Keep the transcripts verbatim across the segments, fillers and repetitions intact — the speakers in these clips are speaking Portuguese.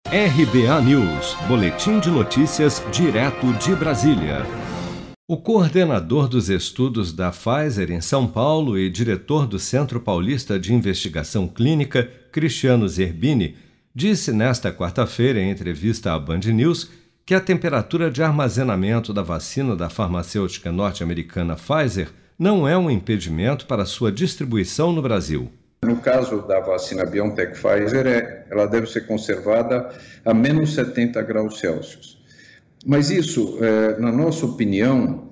R B A News, boletim de notícias direto de Brasília. O coordenador dos estudos da Pfizer em São Paulo e diretor do Centro Paulista de Investigação Clínica, Cristiano Zerbini, disse nesta quarta-feira em entrevista à Band News que a temperatura de armazenamento da vacina da farmacêutica norte-americana Pfizer não é um impedimento para sua distribuição no Brasil. No caso da vacina BioNTech Pfizer, é, ela deve ser conservada a menos setenta graus Celsius. Mas isso, é, na nossa opinião,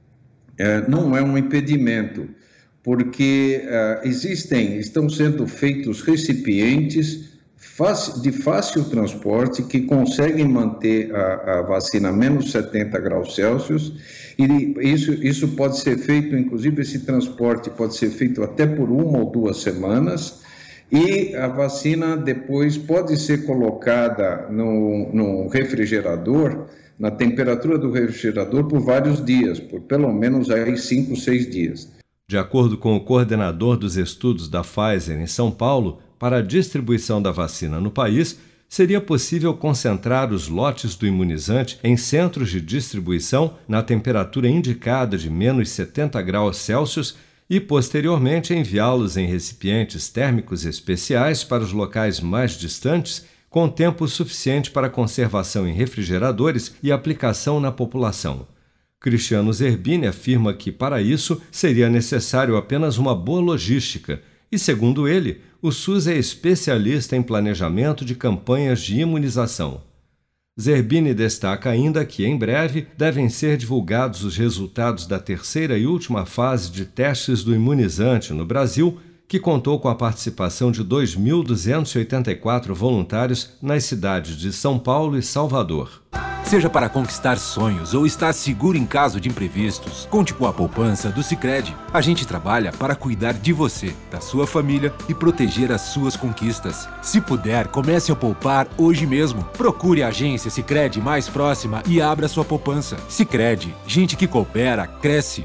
é, não é um impedimento, porque é, existem, estão sendo feitos recipientes de fácil transporte que conseguem manter a, a vacina a menos setenta graus Celsius, e isso, isso pode ser feito, inclusive esse transporte pode ser feito até por uma ou duas semanas, e a vacina depois pode ser colocada no, no refrigerador, na temperatura do refrigerador por vários dias, por pelo menos aí cinco, seis dias. De acordo com o coordenador dos estudos da Pfizer em São Paulo, para a distribuição da vacina no país, seria possível concentrar os lotes do imunizante em centros de distribuição na temperatura indicada de menos setenta graus Celsius e, posteriormente, enviá-los em recipientes térmicos especiais para os locais mais distantes, com tempo suficiente para conservação em refrigeradores e aplicação na população. Cristiano Zerbini afirma que, para isso, seria necessário apenas uma boa logística e, segundo ele, o SUS é especialista em planejamento de campanhas de imunização. Zerbini destaca ainda que, em breve, devem ser divulgados os resultados da terceira e última fase de testes do imunizante no Brasil, que contou com a participação de dois mil duzentos e oitenta e quatro voluntários nas cidades de São Paulo e Salvador. Seja para conquistar sonhos ou estar seguro em caso de imprevistos, conte com a poupança do Sicredi. A gente trabalha para cuidar de você, da sua família e proteger as suas conquistas. Se puder, comece a poupar hoje mesmo. Procure a agência Sicredi mais próxima e abra sua poupança. Sicredi, gente que coopera, cresce.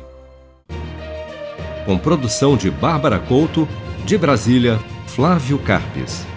Com produção de Bárbara Couto, de Brasília, Flávio Carpes.